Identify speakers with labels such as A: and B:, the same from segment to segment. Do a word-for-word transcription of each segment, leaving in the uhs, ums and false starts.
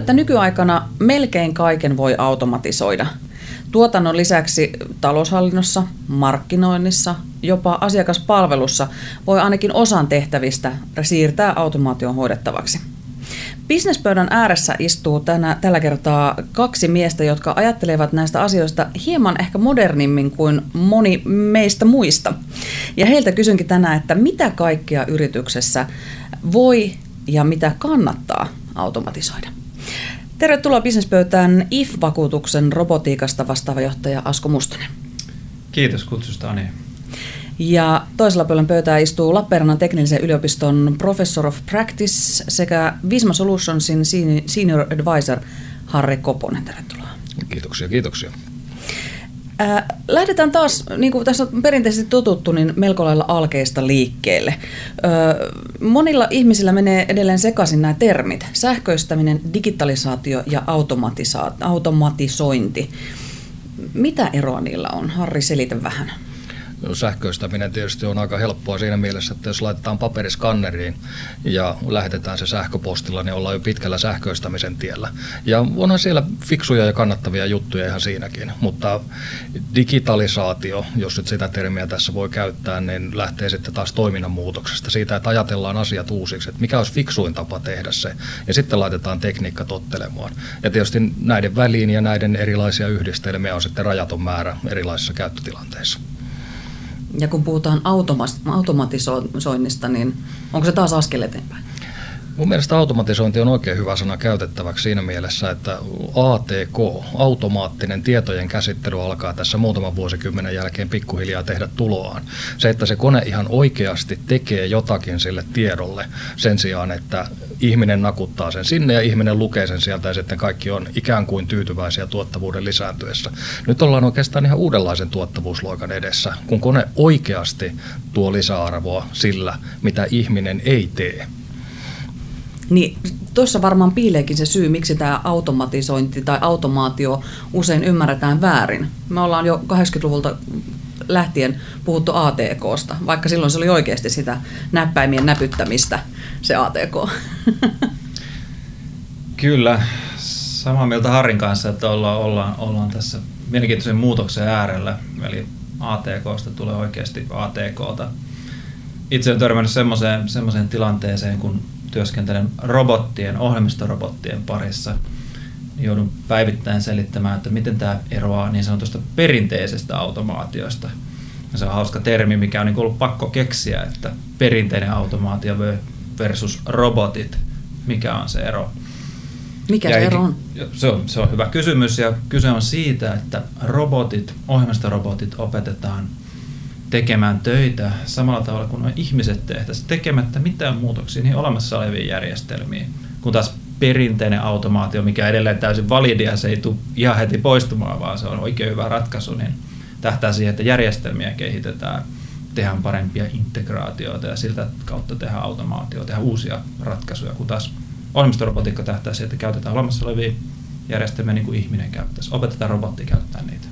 A: että nykyaikana melkein kaiken voi automatisoida. Tuotannon lisäksi taloushallinnossa, markkinoinnissa, jopa asiakaspalvelussa voi ainakin osan tehtävistä siirtää automaation hoidettavaksi. Businesspöydän ääressä istuu tänä, tällä kertaa kaksi miestä, jotka ajattelevat näistä asioista hieman ehkä modernimmin kuin moni meistä muista. Ja heiltä kysynkin tänään, että mitä kaikkea yrityksessä voi ja mitä kannattaa automatisoida. Tervetuloa Businesspöytään I F-vakuutuksen robotiikasta vastaava johtaja Asko Mustonen.
B: Kiitos kutsusta, Ani.
A: Ja toisella puolella pöytää istuu Lappeenrannan teknillisen yliopiston Professor of Practice sekä Visma Solutionsin Senior Advisor Harri Koponen. Tervetuloa.
C: Kiitoksia, kiitoksia.
A: Äh, lähdetään taas, niin kuin tässä on perinteisesti totuttu, niin melko lailla alkeista liikkeelle. Äh, monilla ihmisillä menee edelleen sekaisin nämä termit. Sähköistäminen, digitalisaatio ja automatisointi. Mitä eroa niillä on? Harri, selitä vähän.
C: Sähköistäminen tietysti on aika helppoa siinä mielessä, että jos laitetaan paperiskanneriin ja lähetetään se sähköpostilla, niin ollaan jo pitkällä sähköistämisen tiellä. Ja onhan siellä fiksuja ja kannattavia juttuja ihan siinäkin, mutta digitalisaatio, jos nyt sitä termiä tässä voi käyttää, niin lähtee sitten taas toiminnan muutoksesta. Siitä, että ajatellaan asiat uusiksi, että mikä olisi fiksuin tapa tehdä se, ja sitten laitetaan tekniikka tottelemaan. Ja tietysti näiden väliin ja näiden erilaisia yhdistelmiä on sitten rajaton määrä erilaisissa käyttötilanteissa.
A: Ja kun puhutaan automatisoinnista, niin onko se taas askel eteenpäin?
C: Mun mielestä automatisointi on oikein hyvä sana käytettäväksi siinä mielessä, että A T K, automaattinen tietojen käsittely, alkaa tässä muutaman vuosikymmenen jälkeen pikkuhiljaa tehdä tuloaan. Se, että se kone ihan oikeasti tekee jotakin sille tiedolle sen sijaan, että ihminen nakuttaa sen sinne ja ihminen lukee sen sieltä ja sitten kaikki on ikään kuin tyytyväisiä tuottavuuden lisääntyessä. Nyt ollaan oikeastaan ihan uudenlaisen tuottavuusloikan edessä, kun kone oikeasti tuo lisäarvoa sillä, mitä ihminen ei tee.
A: Niin, tuossa varmaan piileekin se syy, miksi tämä automatisointi tai automaatio usein ymmärretään väärin. Me ollaan jo kahdeksankymmentäluvulta lähtien puhuttu A T K:sta, vaikka silloin se oli oikeasti sitä näppäimien näpyttämistä, se A T K.
B: Kyllä, samaa mieltä Harrin kanssa, että ollaan, ollaan, ollaan tässä mielenkiintoisen muutoksen äärellä, eli A T K:sta tulee oikeasti A T K:ta. Itse olen törmännyt semmoiseen, semmoiseen tilanteeseen, kun työskentelen robottien, ohjelmistorobottien parissa, niin joudun päivittäin selittämään, että miten tämä eroaa niin sanotusta perinteisestä automaatiosta. Ja se on hauska termi, mikä on niin ollut pakko keksiä, että perinteinen automaatio versus robotit, mikä on se ero.
A: Mikä ja se ero on?
B: Se on? Se on hyvä kysymys, ja kyse on siitä, että robotit, ohjelmistorobotit opetetaan tekemään töitä samalla tavalla kuin nuo ihmiset tehtäisiin, tekemättä mitään muutoksia niihin olemassa oleviin järjestelmiin. Kun taas perinteinen automaatio, mikä edelleen täysin validia, se ei tule ihan heti poistumaan, vaan se on oikein hyvä ratkaisu, niin tähtää siihen, että järjestelmiä kehitetään, tehdään parempia integraatioita ja siltä kautta tehdään automaatioita, tehdään uusia ratkaisuja, kun taas ohjelmistorobotiikka tähtää siihen, että käytetään olemassa olevia järjestelmiä niin kuin ihminen käyttäisi. Opetetaan robottia käyttämään niitä.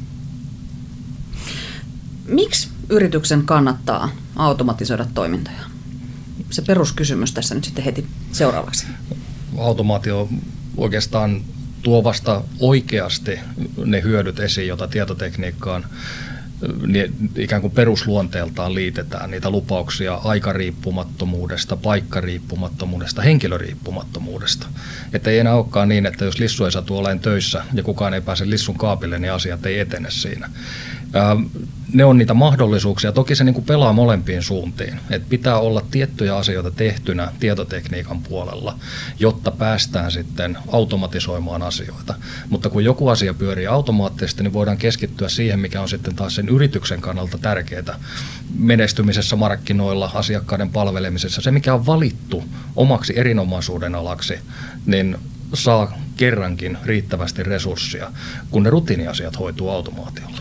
A: Miksi yrityksen kannattaa automatisoida toimintoja? Se peruskysymys tässä nyt sitten heti seuraavaksi.
C: Automaatio oikeastaan tuo vasta oikeasti ne hyödyt esiin, joita tietotekniikkaan ikään kuin perusluonteeltaan liitetään, niitä lupauksia aikariippumattomuudesta, paikkariippumattomuudesta, henkilöriippumattomuudesta. Että ei enää olekaan niin, että jos lissu ei satu olemaan töissä ja kukaan ei pääse lissun kaapille, niin asiat ei etene siinä. Ne on niitä mahdollisuuksia. Toki se niin kuin pelaa molempiin suuntiin. Et pitää olla tiettyjä asioita tehtynä tietotekniikan puolella, jotta päästään sitten automatisoimaan asioita. Mutta kun joku asia pyörii automaattisesti, niin voidaan keskittyä siihen, mikä on sitten taas sen yrityksen kannalta tärkeää menestymisessä markkinoilla, asiakkaiden palvelemisessa. Se, mikä on valittu omaksi erinomaisuuden alaksi, niin saa kerrankin riittävästi resurssia, kun ne rutiiniasiat hoituu automaatiolla.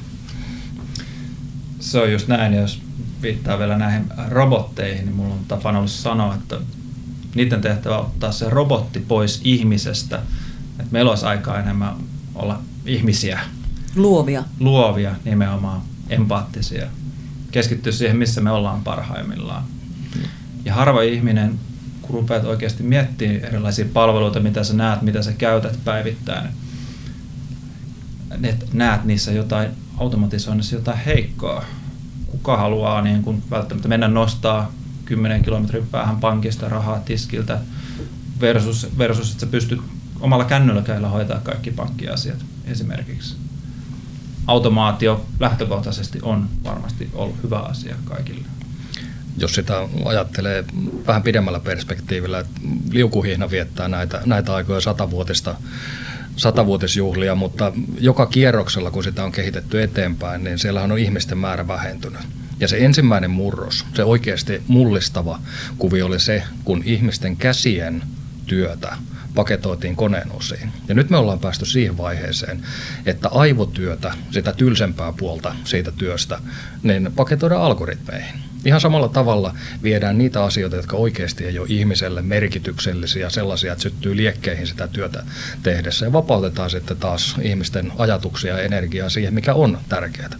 B: Se on just näin, jos viittaa vielä näihin robotteihin, niin mulla on tapana ollut sanoa, että niiden tehtävä on ottaa se robotti pois ihmisestä, että meillä olisi aikaa enemmän olla ihmisiä.
A: Luovia.
B: Luovia, nimenomaan empaattisia. Keskittyä siihen, missä me ollaan parhaimmillaan. Ja harva ihminen kun rupeat oikeasti miettimään erilaisia palveluita, mitä sä näet, mitä sä käytät päivittäin, niin näet niissä jotain automatisoinnissa jotain heikkoa. Kuka haluaa niin kun välttämättä mennä nostaa kymmenen kilometrin päähän pankista rahaa tiskiltä versus, versus että sä pystyt omalla kännylläkäillä hoitaa kaikki pankkiasiat esimerkiksi. Automaatio lähtökohtaisesti on varmasti ollut hyvä asia kaikille.
C: Jos sitä ajattelee vähän pidemmällä perspektiivillä, että liukuhihna viettää näitä, näitä aikoja satavuotista, satavuotisjuhlia, mutta joka kierroksella, kun sitä on kehitetty eteenpäin, niin siellähän on ihmisten määrä vähentynyt. Ja se ensimmäinen murros, se oikeasti mullistava kuvio oli se, kun ihmisten käsien työtä paketoitiin koneen osiin. Ja nyt me ollaan päästy siihen vaiheeseen, että aivotyötä, sitä tylsempää puolta siitä työstä, niin paketoidaan algoritmeihin. Ihan samalla tavalla viedään niitä asioita, jotka oikeasti ei ole ihmiselle merkityksellisiä, sellaisia, että syttyy liekkeihin sitä työtä tehdessä. Ja vapautetaan sitten taas ihmisten ajatuksia ja energiaa siihen, mikä on tärkeää.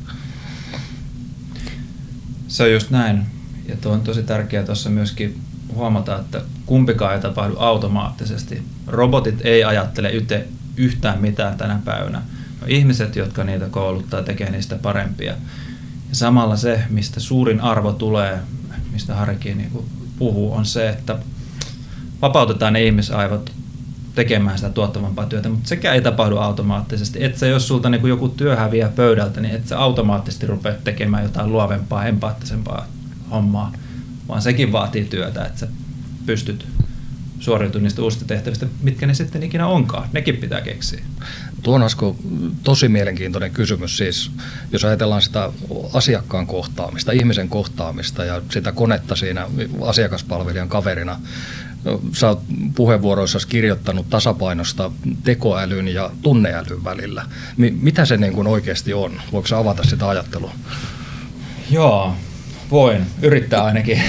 B: Se on just näin. Ja tuo on tosi tärkeää tuossa myöskin huomata, että kumpikaan ei tapahdu automaattisesti. Robotit ei ajattele yte, yhtään mitään tänä päivänä. No, ihmiset, jotka niitä kouluttaa, tekee niistä parempia. Ja samalla se, mistä suurin arvo tulee, mistä Harrikin niin kuin puhuu, on se, että vapautetaan ne ihmisaivot tekemään sitä tuottavampaa työtä, mutta sekään ei tapahdu automaattisesti. Et sä, jos sulta niin kuin joku työ häviää pöydältä, niin et sä automaattisesti rupea tekemään jotain luovempaa, empaattisempaa hommaa, vaan sekin vaatii työtä, että sä pystyt suoriutumaan niistä uusista tehtävistä, mitkä ne sitten ikinä onkaan. Nekin pitää keksiä.
C: Tuo on Asko tosi mielenkiintoinen kysymys. Siis, jos ajatellaan sitä asiakkaan kohtaamista, ihmisen kohtaamista ja sitä konetta siinä asiakaspalvelijan kaverina, sä oot puheenvuoroissasi kirjoittanut tasapainosta tekoälyn ja tunneälyn välillä. Mitä se niin kuin oikeasti on? Voiko sä avata sitä ajattelua?
B: Joo, voin. Yrittää ainakin.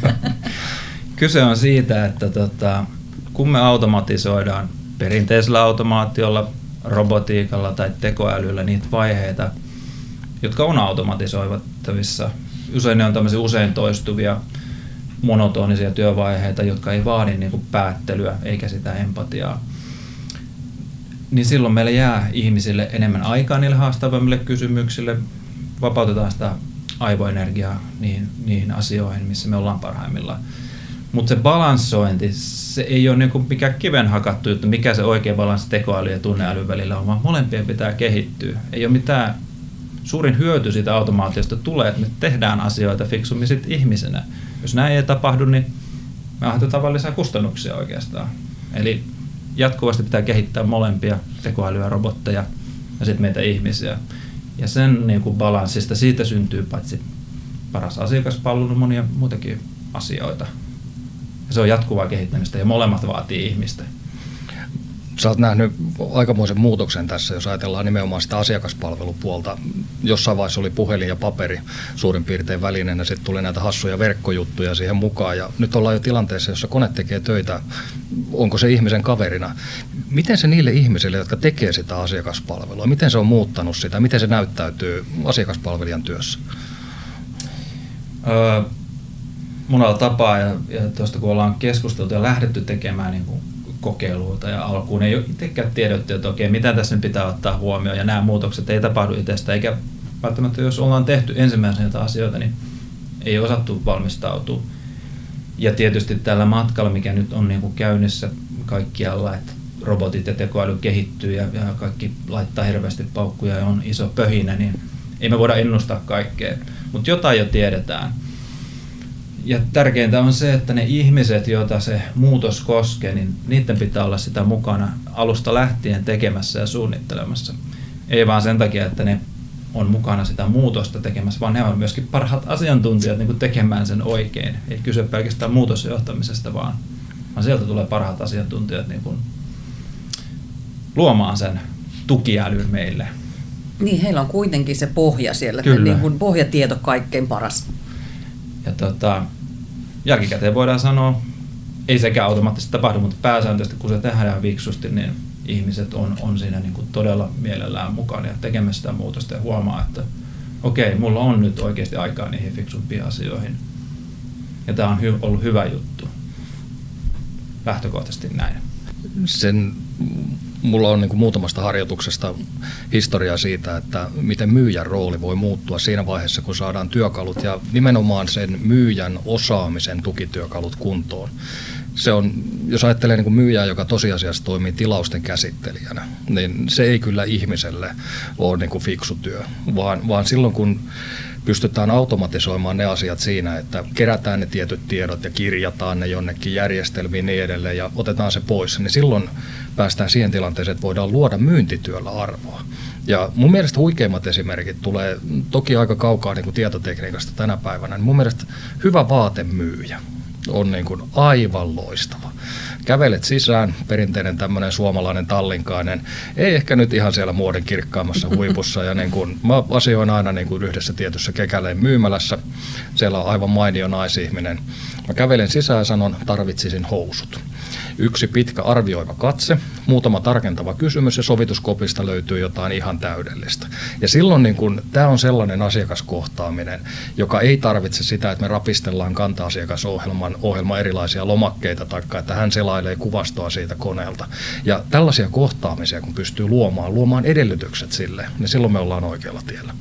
B: Kyse on siitä, että tota, kun me automatisoidaan perinteisellä automaatiolla, robotiikalla tai tekoälyllä niitä vaiheita, jotka on automatisoivattavissa. Usein ne on tämmöisiä usein toistuvia monotonisia työvaiheita, jotka ei vaadi niin kuin päättelyä eikä sitä empatiaa. Niin silloin meillä jää ihmisille enemmän aikaa niille haastavammille kysymyksille, vapautetaan sitä aivoenergiaa niihin, niihin asioihin, missä me ollaan parhaimmillaan. Mutta se balanssointi, se ei ole niinku mikään kiven hakattu juttu, mikä se oikea balanssi tekoäly ja tunneälyn välillä on, vaan molempien pitää kehittyä. Ei ole mitään, suurin hyöty siitä automaatiosta tulee, että me tehdään asioita fiksummin sit ihmisenä. Jos näin ei tapahdu, niin me aiheutetaan vain lisää kustannuksia oikeastaan. Eli jatkuvasti pitää kehittää molempia, tekoälyä, robotteja ja sitten meitä ihmisiä. Ja sen niinku balanssista siitä syntyy paitsi paras asiakaspalvelu, monia muitakin asioita. Ja se on jatkuvaa kehittämistä ja molemmat vaatii ihmistä.
C: Sä oot nähnyt aikamoisen muutoksen tässä, jos ajatellaan nimenomaan sitä asiakaspalvelupuolta. Jossain vaiheessa oli puhelin ja paperi suurin piirtein välineenä, sitten tuli näitä hassuja verkkojuttuja siihen mukaan. Ja nyt ollaan jo tilanteessa, jossa kone tekee töitä, onko se ihmisen kaverina. Miten se niille ihmisille, jotka tekee sitä asiakaspalvelua, miten se on muuttanut sitä, miten se näyttäytyy asiakaspalvelijan työssä?
B: Öö, monella tapaa, ja, ja tuosta kun ollaan keskusteltu ja lähdetty tekemään niin kuin kokeiluita ja alkuun ei ole itsekään tiedetty, että okei, mitä tässä nyt pitää ottaa huomioon, ja nämä muutokset ei tapahdu itsestä, eikä välttämättä jos ollaan tehty ensimmäisenä asioita, niin ei osattu valmistautua. Ja tietysti tällä matkalla, mikä nyt on niin kuin käynnissä kaikkialla, että robotit ja tekoäly kehittyy ja, ja kaikki laittaa hirveästi paukkuja ja on iso pöhinä, niin ei me voida ennustaa kaikkea, mutta jotain jo tiedetään. Ja tärkeintä on se, että ne ihmiset, joita se muutos koskee, niin niiden pitää olla sitä mukana alusta lähtien tekemässä ja suunnittelemassa. Ei vaan sen takia, että ne on mukana sitä muutosta tekemässä, vaan ne on myöskin parhaat asiantuntijat niin kuin tekemään sen oikein. Ei kyse pelkästään muutosjohtamisesta, vaan, vaan sieltä tulee parhaat asiantuntijat niin kuin luomaan sen tukiälyn meille.
A: Niin, heillä on kuitenkin se pohja siellä, että niin kuin pohjatieto kaikkein paras.
B: Ja tota, jälkikäteen voidaan sanoa, ei sekään automaattisesti tapahdu, mutta pääsääntöisesti kun se tehdään fiksusti, niin ihmiset on, on siinä niin kuin todella mielellään mukana ja tekemässä sitä muutosta ja huomaa, että okei, mulla on nyt oikeasti aikaa niihin fiksumpiin asioihin. Ja tämä on hy- ollut hyvä juttu. lähtökohtaisesti näin.
C: Sen, mulla on niin kuin muutamasta harjoituksesta historiaa siitä, että miten myyjän rooli voi muuttua siinä vaiheessa, kun saadaan työkalut ja nimenomaan sen myyjän osaamisen tukityökalut kuntoon. Se on, jos ajattelee niin kuin myyjää, joka tosiasiassa toimii tilausten käsittelijänä, niin se ei kyllä ihmiselle ole niin kuin fiksu työ, vaan, vaan silloin kun pystytään automatisoimaan ne asiat siinä, että kerätään ne tietyt tiedot ja kirjataan ne jonnekin järjestelmiin niin edelleen ja otetaan se pois, niin silloin päästään siihen tilanteeseen, että voidaan luoda myyntityöllä arvoa. Ja mun mielestä huikeimmat esimerkit tulee toki aika kaukaa niin kuin tietotekniikasta tänä päivänä, niin mun mielestä hyvä vaatemyyjä on niin kuin aivan loistava. Kävelet sisään, perinteinen tämmöinen suomalainen tallinkainen, ei ehkä nyt ihan siellä muodin kirkkaammassa huipussa. Ja niin kuin, mä asioin aina niin kuin yhdessä tietyssä Kekäleen myymälässä, siellä on aivan mainio naisihminen. Mä kävelen sisään ja sanon, tarvitsisin housut. Yksi pitkä arvioiva katse, muutama tarkentava kysymys ja sovituskopista löytyy jotain ihan täydellistä. Ja silloin niin kun, tämä on sellainen asiakaskohtaaminen, joka ei tarvitse sitä, että me rapistellaan kanta-asiakasohjelman ohjelman erilaisia lomakkeita, taikka että hän selailee kuvastoa siitä koneelta. Ja tällaisia kohtaamisia, kun pystyy luomaan, luomaan edellytykset sille, niin silloin me ollaan oikealla tiellä.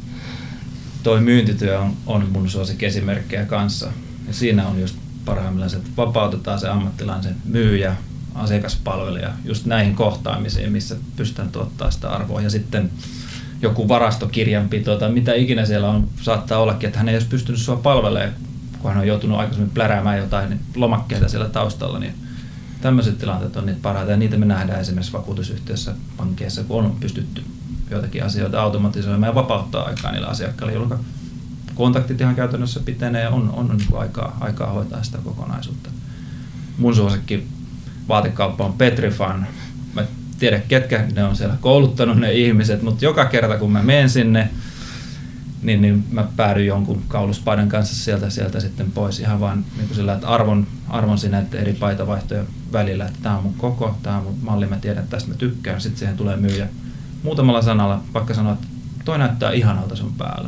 B: Toi myyntityö on, on mun suosikkesimerkkejä kanssa. Ja siinä on just parhaimmillaan se, että vapautetaan se ammattilainen myyjä, asiakaspalvelija just näihin kohtaamisiin, missä pystytään tuottaa sitä arvoa. Ja sitten joku varastokirjanpito tai mitä ikinä siellä on, saattaa ollakin, että hän ei olisi pystynyt sua palvelemaan, kun hän on joutunut aikaisemmin pläräämään jotain lomakkeita siellä taustalla. Niin tämmöiset tilanteet on niitä parhaita ja niitä me nähdään esimerkiksi vakuutusyhtiöissä, pankkeissa, kun on pystytty joitakin asioita automatisoimaan ja vapauttaa aikaa niille asiakkaille, jolloin kontaktit ihan käytännössä pitenee ja on, on niin kuin aikaa, aikaa hoitaa sitä kokonaisuutta. Mun suosikki vaatekauppa on Petrifan. Mä tiedän, ketkä ne on siellä kouluttanut ne ihmiset, mutta joka kerta kun mä menen sinne, niin, niin mä päädyin jonkun kauluspaidan kanssa sieltä, sieltä sitten pois ihan vaan niin kuin sillä, että arvon, arvon siinä että eri paitavaihtojen välillä, että tää on mun koko, tää on mun malli, mä tiedän, että tästä mä tykkään, sitten siihen tulee myyjä muutamalla sanalla, vaikka sanoa, että toi näyttää ihanalta sun päällä.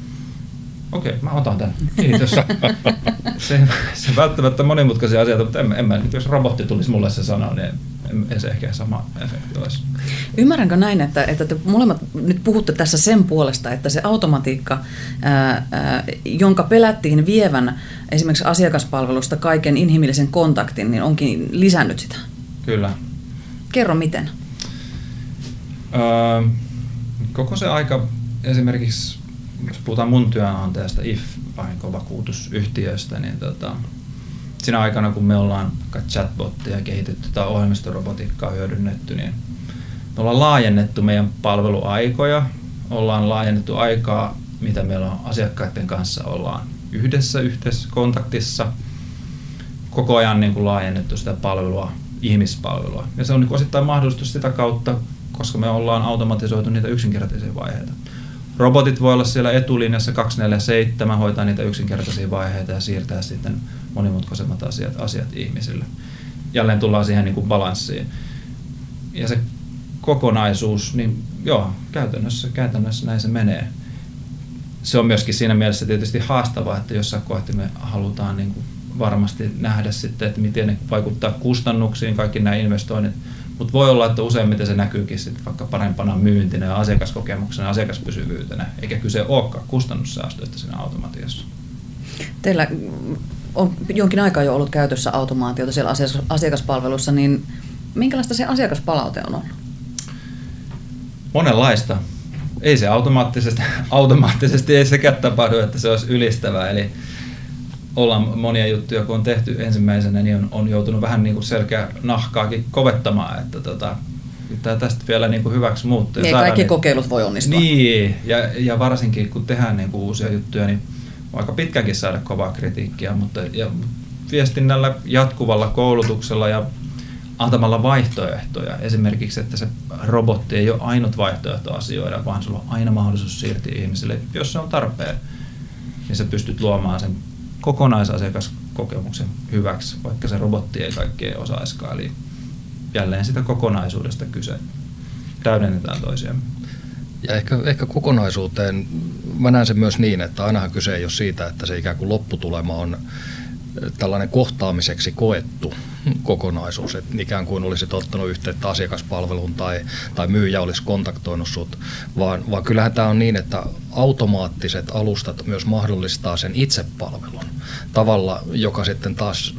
B: Okei, mä otan tämän. Kiitos. se, se välttämättä monimutkaisia asioita, mutta en, en mä, jos robotti tulisi mulle se sanoa, niin ei se ehkä sama efekti olisi.
A: Ymmärränkö näin, että, että te molemmat nyt puhutte tässä sen puolesta, että se automatiikka, ää, ää, jonka pelättiin vievän esimerkiksi asiakaspalvelusta kaiken inhimillisen kontaktin, niin onkin lisännyt sitä?
B: Kyllä.
A: Kerro miten.
B: Öö, koko se aika esimerkiksi, jos puhutaan mun työnantajasta I F-vahinkovakuutusyhtiöstä, niin tota, siinä aikana kun me ollaan chatbotteja kehitetty tai ohjelmistorobotiikkaa hyödynnetty, niin me ollaan laajennettu meidän palveluaikoja, ollaan laajennettu aikaa, mitä meillä on asiakkaiden kanssa ollaan yhdessä yhteisessä kontaktissa, koko ajan niin kuin laajennettu sitä palvelua, ihmispalvelua. Ja se on niin kuin osittain mahdollistus sitä kautta, koska me ollaan automatisoitu niitä yksinkertaisia vaiheita. Robotit voi olla siellä etulinjassa kaksikymmentäneljä seitsemän, hoitaa niitä yksinkertaisia vaiheita ja siirtää sitten monimutkaisemmat asiat, asiat ihmisille. Jälleen tullaan siihen niin kuin balanssiin. Ja se kokonaisuus, niin joo, käytännössä, käytännössä näin se menee. Se on myöskin siinä mielessä tietysti haastavaa, että jossain kohti me halutaan niin kuin varmasti nähdä sitten, että miten ne vaikuttaa kustannuksiin, kaikki nämä investoinnit. Mutta voi olla, että useimmiten se näkyykin sitten vaikka parempana myyntinä ja asiakaskokemuksena ja asiakaspysyvyytenä, eikä kyse olekaan kustannussäästöistä siinä automaatiossa.
A: Teillä on jonkin aikaa jo ollut käytössä automaatiota siellä asiakaspalvelussa, niin minkälaista se asiakaspalaute on ollut?
B: Monenlaista. Ei se automaattisesti, automaattisesti ei sekään tapahdu, että se olisi ylistävää. Eli ollaan monia juttuja, kun on tehty ensimmäisenä, niin on, on joutunut vähän niin kuin selkeä nahkaakin kovettamaan, että tota, pitää tästä vielä niin kuin hyväksi muuttua.
A: Ei kaikki niitä kokeilut voi onnistua.
B: Niin, ja, ja varsinkin kun tehdään niin kuin uusia juttuja, niin aika pitkäänkin saada kovaa kritiikkiä, mutta ja viestinnällä, jatkuvalla koulutuksella ja antamalla vaihtoehtoja. Esimerkiksi, että se robotti ei ole ainut vaihtoehto asioida, vaan sulla on aina mahdollisuus siirtyä ihmisille, jos se on tarpeen. Niin sä pystyt luomaan sen kokonaisasiakaskokemuksen hyväksi, vaikka se robotti ei kaikkea osaiskaan. Eli jälleen sitä kokonaisuudesta kyse. Täydennetään toisiamme.
C: Ja ehkä, ehkä kokonaisuuteen mä näen sen myös niin, että ainahan kyse ei ole siitä, että se ikään kuin lopputulema on tällainen kohtaamiseksi koettu, kokonaisuus, että ikään kuin olisit ottanut yhteyttä asiakaspalveluun tai, tai myyjä olisi kontaktoinut sut, vaan, vaan kyllähän tämä on niin, että automaattiset alustat myös mahdollistaa sen itsepalvelun tavalla, joka sitten taas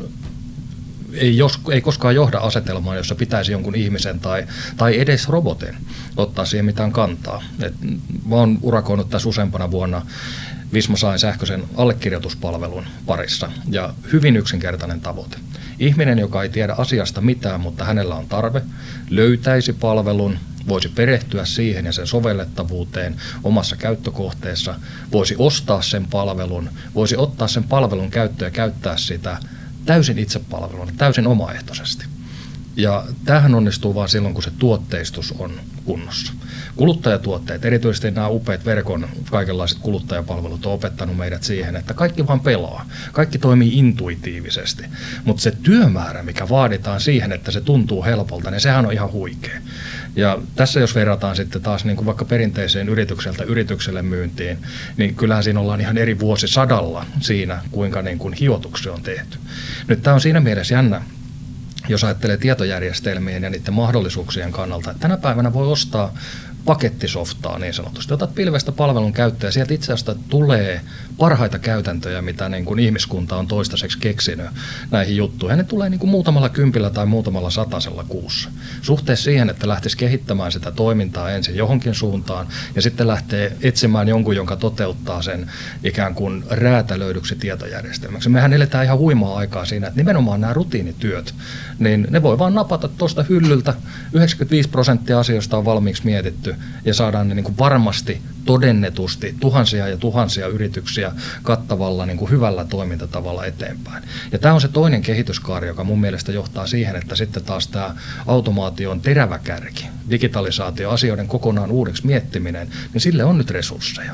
C: ei, jos, ei koskaan johda asetelmaan, jossa pitäisi jonkun ihmisen tai, tai edes robotin ottaa siihen mitään kantaa. Et mä oon urakoinut tässä useampana vuonna Visma Sain sähköisen allekirjoituspalvelun parissa ja hyvin yksinkertainen tavoite. Ihminen, joka ei tiedä asiasta mitään, mutta hänellä on tarve, löytäisi palvelun, voisi perehtyä siihen ja sen sovellettavuuteen omassa käyttökohteessa, voisi ostaa sen palvelun, voisi ottaa sen palvelun käyttöön ja käyttää sitä täysin itsepalveluna, täysin omaehtoisesti. Ja tämähän onnistuu vain silloin, kun se tuotteistus on kunnossa. Kuluttajatuotteet, erityisesti nämä upeat verkon kaikenlaiset kuluttajapalvelut on opettanut meidät siihen, että kaikki vaan pelaa. Kaikki toimii intuitiivisesti, mutta se työmäärä, mikä vaaditaan siihen, että se tuntuu helpolta, niin sehän on ihan huikea. Ja tässä jos verrataan sitten taas niin kuin vaikka perinteiseen yritykseltä yritykselle myyntiin, niin kyllähän siinä ollaan ihan eri vuosisadalla siinä, kuinka niin kuin hiotuksia on tehty. Nyt tämä on siinä mielessä jännä, jos ajattelee tietojärjestelmien ja niiden mahdollisuuksien kannalta, että tänä päivänä voi ostaa pakettisoftaa niin sanotusti. Otat pilvestä palvelun käyttöön ja sieltä itse asiassa tulee parhaita käytäntöjä, mitä niin kuin ihmiskunta on toistaiseksi keksinyt näihin juttuihin. Ja ne tulee niin kuin muutamalla kympillä tai muutamalla satasella kuussa. Suhteessa siihen, että lähtisi kehittämään sitä toimintaa ensin johonkin suuntaan ja sitten lähtee etsimään jonkun, jonka toteuttaa sen ikään kuin räätälöidyksi tietojärjestelmäksi. Mehän eletään ihan huimaa aikaa siinä, että nimenomaan nämä rutiinityöt, niin ne voi vaan napata tuosta hyllyltä. yhdeksänkymmentäviisi prosenttia asioista on valmiiksi mietitty ja saadaan ne niin kuin varmasti todennetusti tuhansia ja tuhansia yrityksiä kattavalla niin kuin hyvällä toimintatavalla eteenpäin. Ja tämä on se toinen kehityskaari, joka mun mielestä johtaa siihen, että sitten taas tämä automaation terävä kärki, digitalisaatio, asioiden kokonaan uudeksi miettiminen, niin sille on nyt resursseja.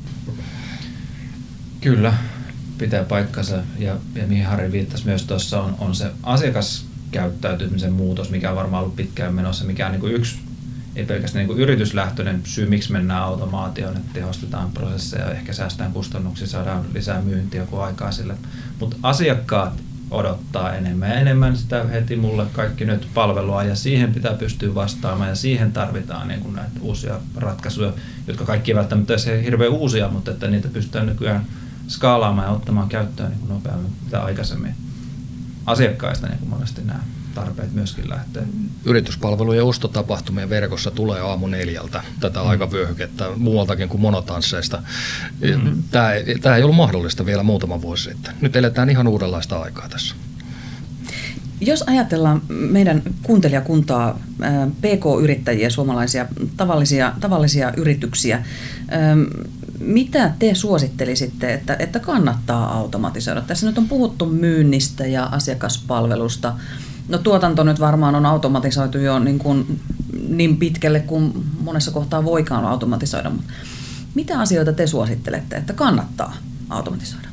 B: Kyllä, pitää paikkansa ja, ja mihin Harri viittasi myös tuossa on, on se asiakaskäyttäytymisen muutos, mikä on varmaan ollut pitkään menossa, mikä on niin kuin yksi ei pelkästään niin kuin yrityslähtöinen syy, miksi mennään automaatioon, että tehostetaan prosesseja, ehkä säästään kustannuksia, saadaan lisää myyntiä kuin aikaa sille. Mutta asiakkaat odottaa enemmän ja enemmän sitä heti mulle kaikki nyt palvelua ja siihen pitää pystyä vastaamaan ja siihen tarvitaan niin kuin näitä uusia ratkaisuja, jotka kaikki ei välttämättä ole hirveän uusia, mutta että niitä pystytään nykyään skaalaamaan ja ottamaan käyttöön niin kuin nopeammin mitä aikaisemmin asiakkaista, niin kuin monesti nämä tarpeet myöskin lähtee.
C: Yrityspalvelujen ostotapahtumien verkossa tulee aamu neljältä tätä mm. aikavyöhykettä muualtakin kuin monotansseista. Mm. Tämä, tämä ei ollut mahdollista vielä muutama vuosi sitten. Nyt eletään ihan uudenlaista aikaa tässä.
A: Jos ajatellaan meidän kuuntelijakuntaa, P K-yrittäjiä, suomalaisia tavallisia, tavallisia yrityksiä, mitä te suosittelisitte, että, että kannattaa automatisoida? Tässä nyt on puhuttu myynnistä ja asiakaspalvelusta. No tuotanto nyt varmaan on automatisoitu jo niin, kuin niin pitkälle kuin monessa kohtaa voikaan automatisoida. Mutta mitä asioita te suosittelette, että kannattaa automatisoida?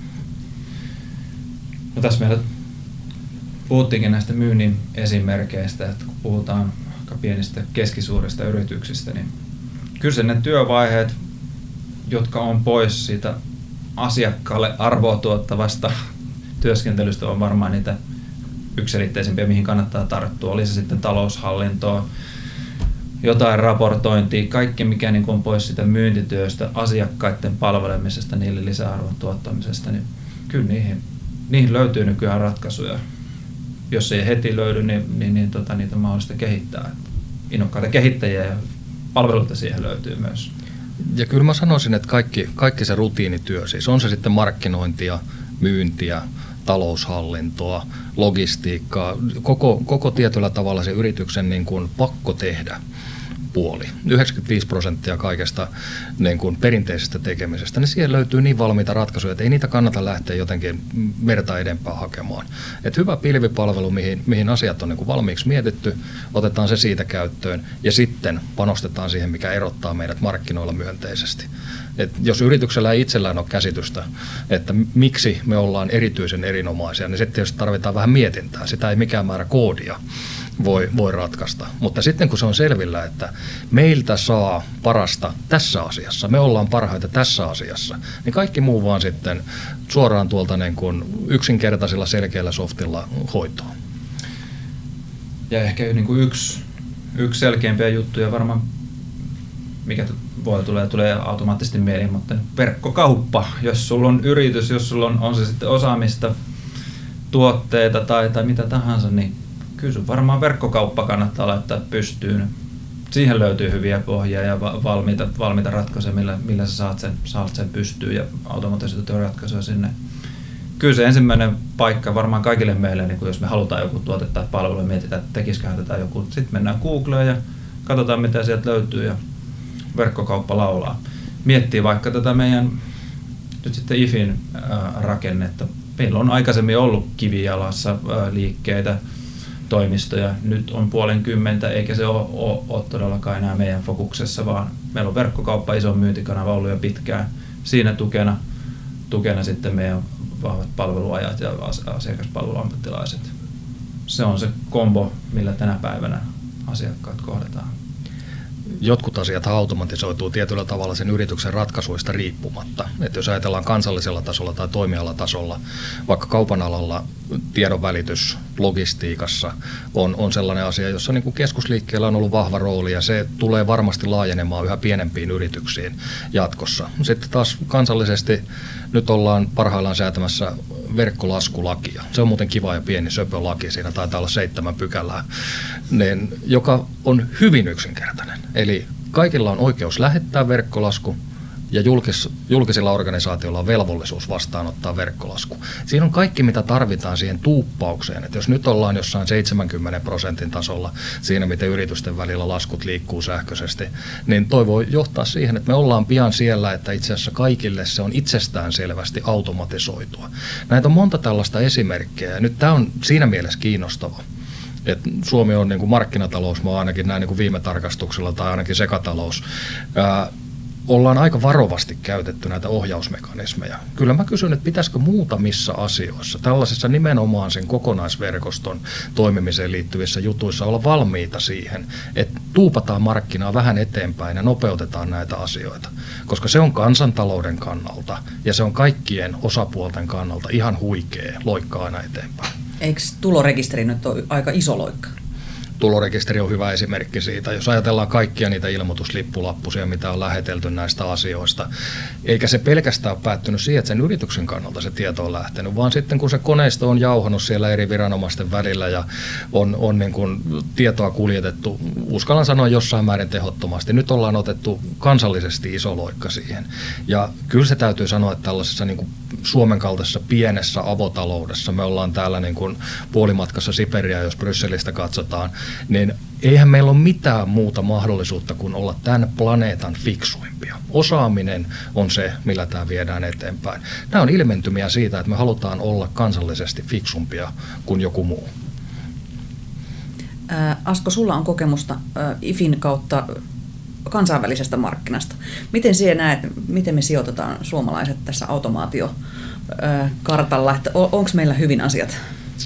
B: No tässä meillä puhuttiinkin näistä myynnin esimerkkeistä, että kun puhutaan aika pienistä keskisuurista yrityksistä, niin kyllä ne työvaiheet, jotka on pois siitä asiakkaalle arvoa tuottavasta työskentelystä, on varmaan niitä yksilitteisempiä, mihin kannattaa tarttua. Oli se sitten taloushallintoa, jotain raportointia, kaikki mikä niin on pois sitä myyntityöstä, asiakkaiden palvelemisesta, niille lisäarvon tuottamisesta, niin kyllä niihin, niihin löytyy nykyään ratkaisuja. Jos ei heti löydy, niin, niin, niin tota, niitä on mahdollista kehittää. Innokkaita kehittäjiä ja palveluita siihen löytyy myös.
C: Ja kyllä mä sanoisin, että kaikki, kaikki se rutiinityö, siis on se sitten markkinointia, myyntiä, taloushallintoa, logistiikkaa, koko, koko tietyllä tavalla se yrityksen niin kuin pakko tehdä puoli. yhdeksänkymmentäviisi prosenttia kaikesta niin kuin perinteisestä tekemisestä, niin siihen löytyy niin valmiita ratkaisuja, että ei niitä kannata lähteä jotenkin merta edempää hakemaan. Et hyvä pilvipalvelu, mihin, mihin asiat on niin kuin valmiiksi mietitty, otetaan se siitä käyttöön ja sitten panostetaan siihen, mikä erottaa meidät markkinoilla myönteisesti. Et jos yrityksellä ei itsellään ole käsitystä, että miksi me ollaan erityisen erinomaisia, niin sitten tietysti tarvitaan vähän mietintää. Sitä ei mikään määrä koodia voi, voi ratkaista. Mutta sitten kun se on selvillä, että meiltä saa parasta tässä asiassa, me ollaan parhaita tässä asiassa, niin kaikki muu vaan sitten suoraan tuolta niin kuin yksinkertaisilla selkeällä softilla hoitoon.
B: Ja ehkä niin kuin yksi, yksi selkeämpiä juttuja varmaan, mikä voi tulee, tulee automaattisesti mieliin, mutta verkkokauppa. Jos sulla on yritys, jos sulla on, on se sitten osaamista, tuotteita tai, tai mitä tahansa, niin kyllä sun varmaan verkkokauppa kannattaa laittaa pystyyn. Siihen löytyy hyviä pohjia ja valmiita, valmiita ratkaisuja, millä, millä sä saat sen, saat sen pystyyn ja automatisoitua ratkaisuja sinne. Kyllä se ensimmäinen paikka varmaan kaikille meille, niin jos me halutaan joku tuote tai palvelu ja mietitään, että tekisiköhän tätä joku. Sitten mennään Googleen ja katsotaan, mitä sieltä löytyy ja verkkokauppa laulaa. Miettii vaikka tätä meidän nyt sitten I F In ää, rakennetta. Meillä on aikaisemmin ollut kivijalassa ää, liikkeitä, toimistoja. Nyt on puolen kymmentä, eikä se ole, ole, ole todellakaan enää meidän fokuksessa, vaan meillä on verkkokauppa, iso myyntikanava ollut jo pitkään. Siinä tukena, tukena sitten meidän vahvat palveluajat ja asiakaspalveluammattilaiset. Se on se kombo, millä tänä päivänä asiakkaat kohdataan.
C: Jotkut asiat automatisoituu tietyllä tavalla sen yrityksen ratkaisuista riippumatta. Että jos ajatellaan kansallisella tasolla tai toimialatasolla, vaikka kaupan alalla tiedonvälitys logistiikassa on, on sellainen asia, jossa niin kuin keskusliikkeellä on ollut vahva rooli ja se tulee varmasti laajenemaan yhä pienempiin yrityksiin jatkossa. Sitten taas kansallisesti nyt ollaan parhaillaan säätämässä verkkolaskulakia. Se on muuten kiva ja pieni söpölaki, siinä taitaa olla seitsemän pykälää, niin, joka on hyvin yksinkertainen. Eli kaikilla on oikeus lähettää verkkolasku ja julkis, julkisilla organisaatioilla on velvollisuus vastaanottaa verkkolasku. Siinä on kaikki, mitä tarvitaan siihen tuuppaukseen. Että jos nyt ollaan jossain seitsemänkymmentä prosentin tasolla siinä, miten yritysten välillä laskut liikkuu sähköisesti, niin toi voi johtaa siihen, että me ollaan pian siellä, että itse asiassa kaikille se on itsestään selvästi automatisoitua. Näitä on monta tällaista esimerkkiä ja nyt tämä on siinä mielessä kiinnostava. Et Suomi on niin kuin markkinatalousmaa ainakin näin niin kuin viime tarkastuksella tai ainakin sekatalous. Ää, ollaan aika varovasti käytetty näitä ohjausmekanismeja. Kyllä mä kysyn, että pitäisikö muutamissa asioissa, tällaisessa nimenomaan sen kokonaisverkoston toimimiseen liittyvissä jutuissa olla valmiita siihen, että tuupataan markkinaa vähän eteenpäin ja nopeutetaan näitä asioita. Koska se on kansantalouden kannalta ja se on kaikkien osapuolten kannalta ihan huikea loikka aina eteenpäin.
A: Eikö tulorekisteri nyt ole aika iso loikka?
C: Tulorekisteri on hyvä esimerkki siitä. Jos ajatellaan kaikkia niitä ilmoituslippulappusia, mitä on lähetelty näistä asioista, eikä se pelkästään ole päättynyt siihen, että sen yrityksen kannalta se tieto on lähtenyt, vaan sitten kun se koneisto on jauhanut siellä eri viranomaisten välillä ja on, on niin kuin tietoa kuljetettu, uskallan sanoa jossain määrin tehottomasti, nyt ollaan otettu kansallisesti iso loikka siihen. Ja kyllä se täytyy sanoa, että tällaisessa niin kuin Suomen kaltaisessa pienessä avotaloudessa, me ollaan täällä niin kuin puolimatkassa Siperiaa, jos Brysselistä katsotaan, niin eihän meillä ole mitään muuta mahdollisuutta kuin olla tämän planeetan fiksuimpia. Osaaminen on se, millä tämä viedään eteenpäin. Nämä on ilmentymiä siitä, että me halutaan olla kansallisesti fiksumpia kuin joku muu.
A: Ää, Asko, sulla on kokemusta ää, I F In kautta kansainvälisestä markkinasta. Miten sinä näet, miten me sijoitetaan suomalaiset tässä automaatiokartalla? Onko meillä hyvin asiat?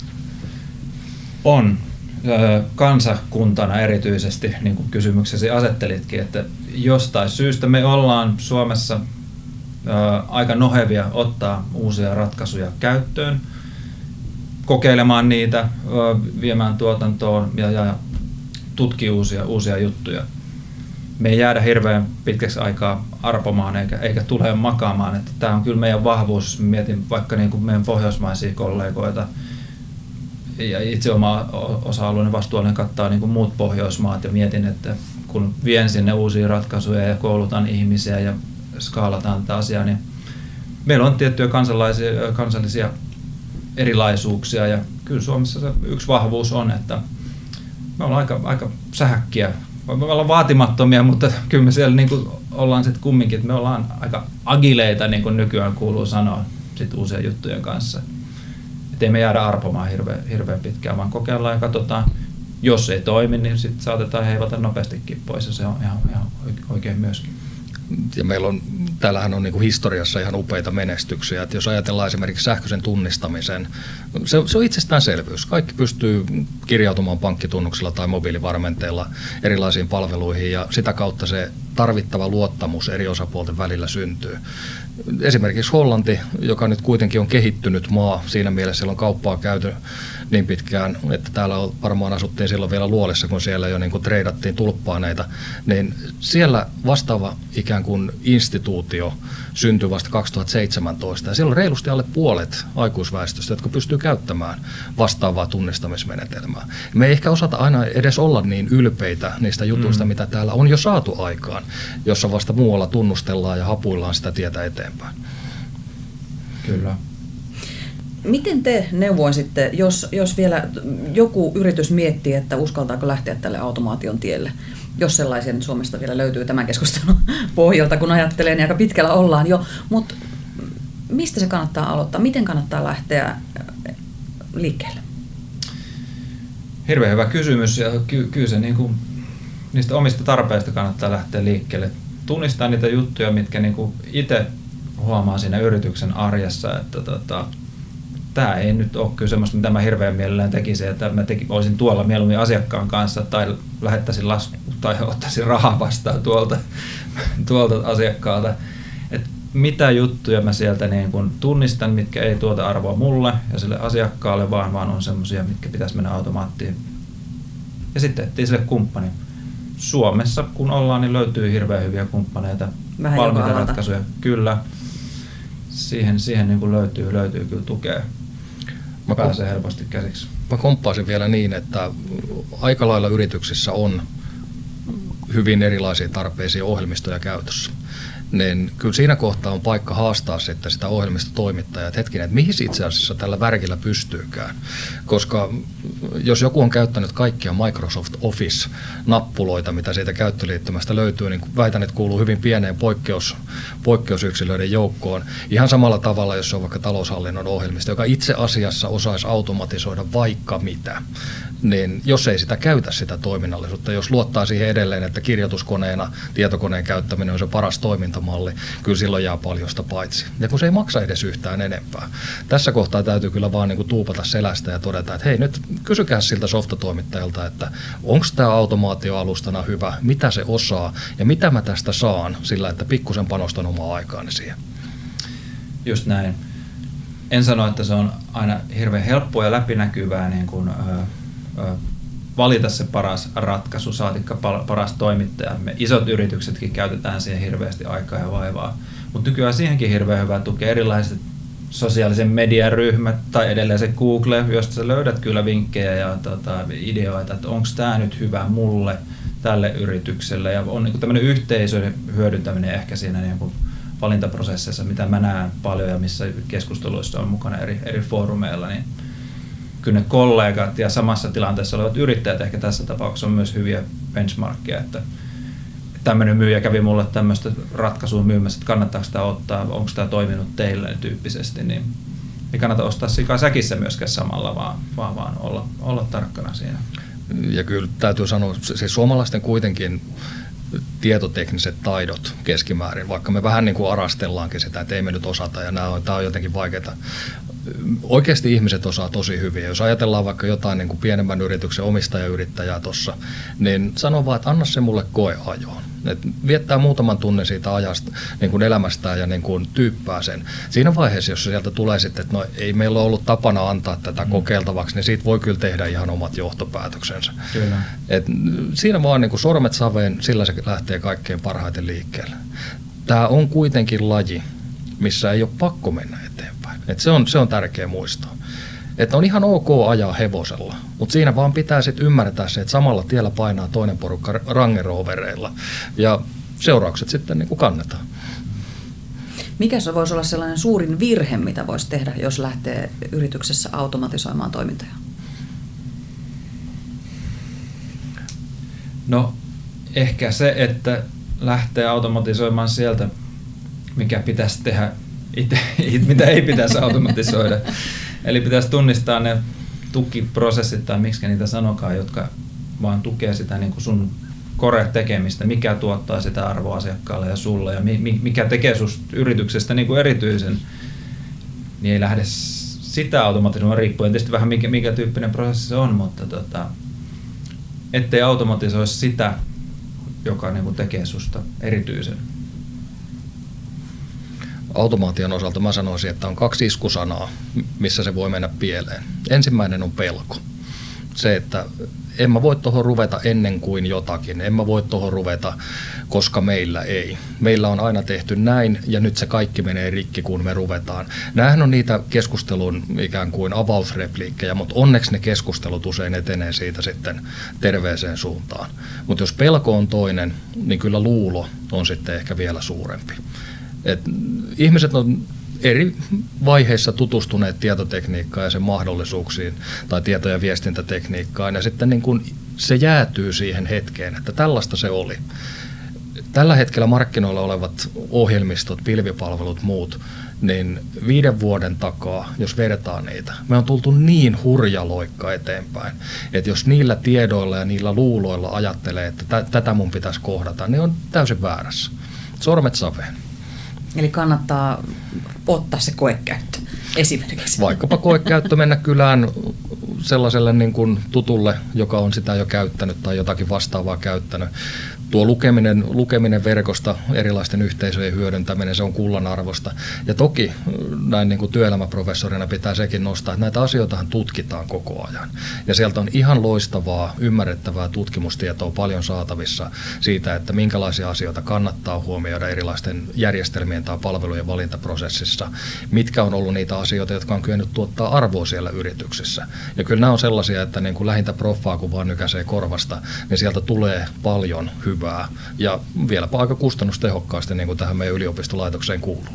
B: On. Kansakuntana erityisesti, niin kuin kysymyksesi asettelitkin, että jostain syystä me ollaan Suomessa aika nohevia ottaa uusia ratkaisuja käyttöön, kokeilemaan niitä, viemään tuotantoon ja, ja tutkia uusia, uusia juttuja. Me ei jäädä hirveän pitkäksi aikaa arpomaan eikä, eikä tule makaamaan. Että tämä on kyllä meidän vahvuus. Mietin vaikka niin kuin meidän pohjoismaisia kollegoita, ja itse oma osa-alueeni vastuullinen kattaa niin kuin muut Pohjoismaat ja mietin, että kun vien sinne uusia ratkaisuja ja koulutan ihmisiä ja skaalataan tätä asiaa, niin meillä on tiettyjä kansallisia, kansallisia erilaisuuksia ja kyllä Suomessa se yksi vahvuus on, että me ollaan aika, aika sähäkkiä. Me ollaan vaatimattomia, mutta kyllä me siellä niin kuin ollaan sitten kumminkin, että me ollaan aika agileita, niin kuin nykyään kuuluu sanoa sit uusien juttujen kanssa. Että ei me jäädä arpomaan hirveän, hirveän pitkään, vaan kokeillaan ja katsotaan. Jos ei toimi, niin sitten saatetaan heivata nopeastikin pois ja se on ihan, ihan oikein myöskin.
C: Ja meillä on, täällähän on niin kuin historiassa ihan upeita menestyksiä. Että jos ajatellaan esimerkiksi sähköisen tunnistamisen, se, se on itsestäänselvyys. Kaikki pystyy kirjautumaan pankkitunnuksella tai mobiilivarmenteilla erilaisiin palveluihin ja sitä kautta se tarvittava luottamus eri osapuolten välillä syntyy. Esimerkiksi Hollanti, joka nyt kuitenkin on kehittynyt maa, siinä mielessä siellä on kauppaa käyty niin pitkään, että täällä on, varmaan asuttiin silloin vielä Luolissa, kun siellä jo niin kuin treidattiin tulppaaneita, niin siellä vastaava ikään kuin instituutio syntyi vasta kaksituhattaseitsemäntoista, ja siellä on reilusti alle puolet aikuisväestöstä, jotka pystyy käyttämään vastaavaa tunnistamismenetelmää. Me ei ehkä osata aina edes olla niin ylpeitä niistä jutuista, mm. mitä täällä on jo saatu aikaan, jossa vasta muualla tunnustellaan ja hapuillaan sitä tietä eteenpäin.
B: Kyllä.
A: Miten te neuvoisitte, jos, jos vielä joku yritys miettii, että uskaltaako lähteä tälle automaation tielle, jos sellaisia nyt Suomesta vielä löytyy tämän keskustelun pohjalta, kun ajattelee, niin aika pitkällä ollaan jo, mutta mistä se kannattaa aloittaa? Miten kannattaa lähteä liikkeelle?
B: Hirveän hyvä kysymys, ja ky- kyllä se niin kuin, niistä omista tarpeista kannattaa lähteä liikkeelle. Tunnistaa niitä juttuja, mitkä niin kuin itse huomaa siinä yrityksen arjessa, että tota, tämä ei nyt ole kyllä semmoista, mitä mä hirveän mielellään tekisin, että mä teki, olisin tuolla mieluummin asiakkaan kanssa tai lähettäisin lasku tai ottaisin rahaa vastaan tuolta, tuolta asiakkaalta. Et mitä juttuja mä sieltä niin kun tunnistan, mitkä ei tuota arvoa mulle ja sille asiakkaalle, vaan, vaan on semmoisia, mitkä pitäisi mennä automaattiin. Ja sitten etsii sille kumppani. Suomessa kun ollaan, niin löytyy hirveän hyviä kumppaneita,
A: vähän
B: valmiita ratkaisuja. Kyllä. Siihen, siihen niin kuin löytyy, löytyy kyllä tukea. Mä pääsee kom- helposti käsiksi.
C: Mä komppaisin vielä niin, että aika lailla yrityksissä on hyvin erilaisia tarpeisia ohjelmistoja käytössä. Niin kyllä siinä kohtaa on paikka haastaa sitten sitä ohjelmistotoimittajaa, että hetkinen, että mihin itse asiassa tällä värkillä pystyykään. Koska jos joku on käyttänyt kaikkia Microsoft Office-nappuloita, mitä siitä käyttöliittymästä löytyy, niin väitän, että kuuluu hyvin pieneen poikkeus, poikkeusyksilöiden joukkoon. Ihan samalla tavalla, jos on vaikka taloushallinnon ohjelmisto, joka itse asiassa osaisi automatisoida vaikka mitä. Niin jos ei sitä käytä sitä toiminnallisuutta, jos luottaa siihen edelleen, että kirjoituskoneena tietokoneen käyttäminen on se paras toimintamalli, kyllä silloin jää paljosta paitsi. Ja kun se ei maksa edes yhtään enempää. Tässä kohtaa täytyy kyllä vaan niin kuin tuupata selästä ja todeta, että hei, nyt kysykää siltä softatoimittajalta, että onko tämä automaatioalustana hyvä, mitä se osaa ja mitä mä tästä saan sillä, että pikkusen panostan omaa aikaani siihen.
B: Just näin. En sano, että se on aina hirveän helppoa ja läpinäkyvää niin kuin, valita se paras ratkaisu, saatikka paras toimittaja. Me isot yrityksetkin käytetään siihen hirveästi aikaa ja vaivaa, mutta nykyään siihenkin hirveän hyvää tukea erilaiset sosiaalisen median ryhmät tai edelleen se Google, josta sä löydät kyllä vinkkejä ja tota, ideoita, että onko tämä nyt hyvä mulle, tälle yritykselle, ja on niin tämmöinen yhteisön hyödyntäminen ehkä siinä niin kuin valintaprosessissa, mitä mä näen paljon ja missä keskusteluissa on mukana eri, eri foorumeilla, niin kyllä ne kollegat ja samassa tilanteessa olevat yrittäjät ehkä tässä tapauksessa on myös hyviä benchmarkkeja, että tämmöinen myyjä kävi mulle tämmöistä ratkaisua myymässä, että kannattaako sitä ottaa, onko tämä toiminut teille tyyppisesti, niin ei kannata ostaa sikaa säkissä myöskään samalla, vaan, vaan, vaan olla, olla tarkkana siinä.
C: Ja kyllä täytyy sanoa, siis suomalaisten kuitenkin tietotekniset taidot keskimäärin, vaikka me vähän niin kuin arastellaankin sitä, että ei me nyt osata ja nämä on, tämä on jotenkin vaikeaa. Oikeasti ihmiset osaa tosi hyvin. Jos ajatellaan vaikka jotain niin kuin pienemmän yrityksen omistajayrittäjää tuossa, niin sano vaan, että anna se mulle koeajoon. Et viettää muutaman tunnin siitä ajasta niin kuin elämästään ja niin kuin tyyppää sen. Siinä vaiheessa, jos sieltä tulee sitten, että no, ei meillä ole ollut tapana antaa tätä mm. kokeiltavaksi, niin siitä voi kyllä tehdä ihan omat johtopäätöksensä. Kyllä. Et siinä vaan niin kuin sormet saveen, sillä se lähtee kaikkein parhaiten liikkeelle. Tämä on kuitenkin laji, missä ei ole pakko mennä eteenpäin. Et se, on, se on tärkeä muistaa. Että on ihan ok ajaa hevosella, mutta siinä vaan pitää sitten ymmärtää se, että samalla tiellä painaa toinen porukka Range Rovereilla ja seuraukset sitten niin kuin kannetaan.
A: Mikä se voisi olla sellainen suurin virhe, mitä voisi tehdä, jos lähtee yrityksessä automatisoimaan toimintoja?
B: No ehkä se, että lähtee automatisoimaan sieltä, mikä pitäisi tehdä itse, mitä ei pitäisi automatisoida. Eli pitäisi tunnistaa ne tukiprosessit, tai miksi niitä sanokaan, jotka vaan tukee sitä niin kuin sun core-tekemistä, mikä tuottaa sitä arvoa asiakkaalle ja sulle, ja mikä tekee susta yrityksestä niin kuin erityisen, niin ei lähde sitä automatisoimaan riippuen tietysti vähän mikä, mikä tyyppinen prosessi se on, mutta tota, ettei automatisoi sitä joka niin kuin tekee susta erityisen?
C: Automaation osalta mä sanoisin, että on kaksi iskusanaa, missä se voi mennä pieleen. Ensimmäinen on pelko. Se, että en mä voi tuohon ruveta ennen kuin jotakin. En mä voi tuohon ruveta, koska meillä ei. Meillä on aina tehty näin ja nyt se kaikki menee rikki, kun me ruvetaan. Nämähän on niitä keskustelun ikään kuin avausrepliikkejä, mutta onneksi ne keskustelut usein etenee siitä sitten terveeseen suuntaan. Mutta jos pelko on toinen, niin kyllä luulo on sitten ehkä vielä suurempi. Et ihmiset on eri vaiheissa tutustuneet tietotekniikkaan ja sen mahdollisuuksiin tai tieto- ja viestintätekniikkaan ja sitten niin kun se jäätyy siihen hetkeen, että tällaista se oli. Tällä hetkellä markkinoilla olevat ohjelmistot, pilvipalvelut, muut, niin viiden vuoden takaa, jos vertaa niitä, me on tultu niin hurja loikka eteenpäin, että jos niillä tiedoilla ja niillä luuloilla ajattelee, että t- tätä mun pitäisi kohdata, niin on täysin väärässä. Sormet saveen.
A: Eli kannattaa ottaa se koekäyttö esimerkiksi.
C: Vaikkapa koekäyttö, mennä kylään sellaiselle niin kuin tutulle, joka on sitä jo käyttänyt tai jotakin vastaavaa käyttänyt. Tuo lukeminen, lukeminen verkosta, erilaisten yhteisöjen hyödyntäminen, se on kullanarvosta. Ja toki näin niin kuin työelämäprofessorina pitää sekin nostaa, että näitä asioitahan tutkitaan koko ajan. Ja sieltä on ihan loistavaa, ymmärrettävää tutkimustietoa paljon saatavissa siitä, että minkälaisia asioita kannattaa huomioida erilaisten järjestelmien tai palvelujen valintaprosessissa, mitkä on ollut niitä asioita, jotka on kyennyt tuottaa arvoa siellä yrityksissä. Ja kyllä nämä on sellaisia, että niin kuin lähintä proffaa, kun vaan nykäisee korvasta, niin sieltä tulee paljon hyvää. Hyvää ja vieläpä aika kustannustehokkaasti, niin kuin tähän meidän yliopistolaitokseen kuuluu.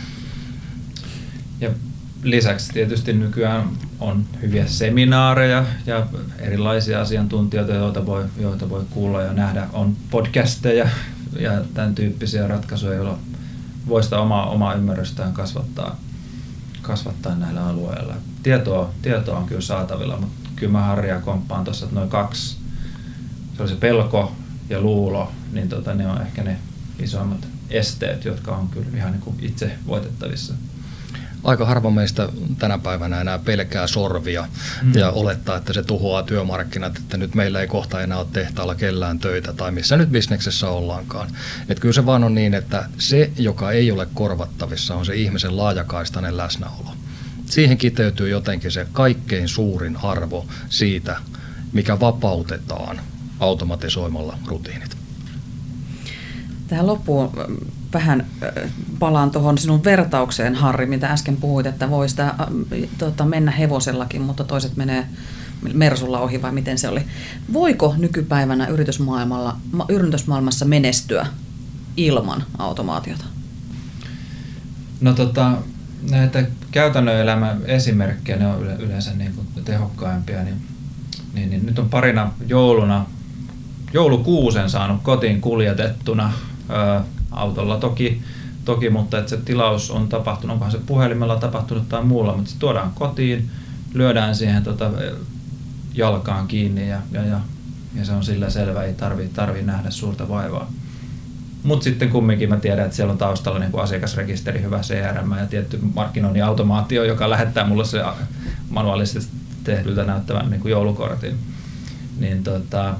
B: Ja lisäksi tietysti nykyään on hyviä seminaareja ja erilaisia asiantuntijoita, joita voi, joita voi kuulla ja nähdä. On podcasteja ja tämän tyyppisiä ratkaisuja, joilla voi sitä omaa, omaa ymmärrystään kasvattaa, kasvattaa näillä alueilla. Tietoa, tietoa on kyllä saatavilla, mutta kyllä mä Harria komppaan tuossa, että noin kaksi, se oli se pelko ja luulo, niin tota, ne on ehkä ne isoimmat esteet, jotka on kyllä ihan niin kuin itse voitettavissa.
C: Aika harva meistä tänä päivänä enää pelkää sorvia mm. ja olettaa, että se tuhoaa työmarkkinat, että nyt meillä ei kohta enää ole tehtaalla kellään töitä tai missä nyt bisneksessä ollaankaan. Et kyllä se vaan on niin, että se, joka ei ole korvattavissa, on se ihmisen laajakaistainen läsnäolo. Siihen kiteytyy jotenkin se kaikkein suurin arvo siitä, mikä vapautetaan automatisoimalla rutiinit.
A: Tähän loppuun vähän palaan tuohon sinun vertaukseen, Harri, mitä äsken puhuit, että voi sitä äh, tota, mennä hevosellakin, mutta toiset menee Mersulla ohi, vai miten se oli. Voiko nykypäivänä yritysmaailmalla, yritysmaailmassa menestyä ilman automaatiota?
B: No tota, näitä käytännön elämän esimerkkejä, ne on yleensä niin kuin tehokkaimpia, niin, niin, niin nyt on parina jouluna joulukuusen saanut kotiin kuljetettuna ää, autolla toki, toki, mutta että se tilaus on tapahtunut, onkohan se puhelimella tapahtunut tai muulla, mutta se tuodaan kotiin, lyödään siihen tota, jalkaan kiinni ja, ja, ja, ja se on sillä selvä, ei tarvii, tarvii nähdä suurta vaivaa. Mutta sitten kumminkin mä tiedän, että siellä on taustalla niin kuin asiakasrekisteri, hyvä C R M ja tietty markkinoinnin automaatio, joka lähettää mulle se manuaalisesti tehdyltä näyttävän niin kuin joulukortin. Niin tota,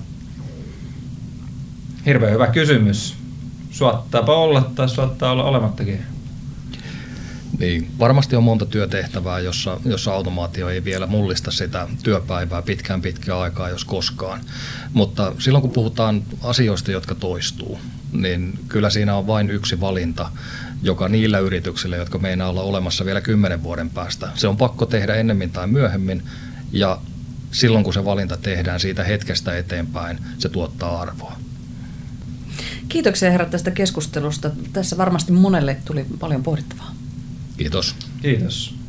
B: hirveän hyvä kysymys. Suottaapa olla tai suottaa olla olemattakin.
C: Niin, varmasti on monta työtehtävää, jossa, jossa automaatio ei vielä mullista sitä työpäivää pitkään pitkään aikaa, jos koskaan. Mutta silloin kun puhutaan asioista, jotka toistuu, niin kyllä siinä on vain yksi valinta, joka niillä yrityksillä, jotka meinaa olla olemassa vielä kymmenen vuoden päästä. Se on pakko tehdä ennemmin tai myöhemmin, ja silloin kun se valinta tehdään siitä hetkestä eteenpäin, se tuottaa arvoa.
A: Kiitoksia herrat tästä keskustelusta. Tässä varmasti monelle tuli paljon pohdittavaa.
C: Kiitos.
B: Kiitos.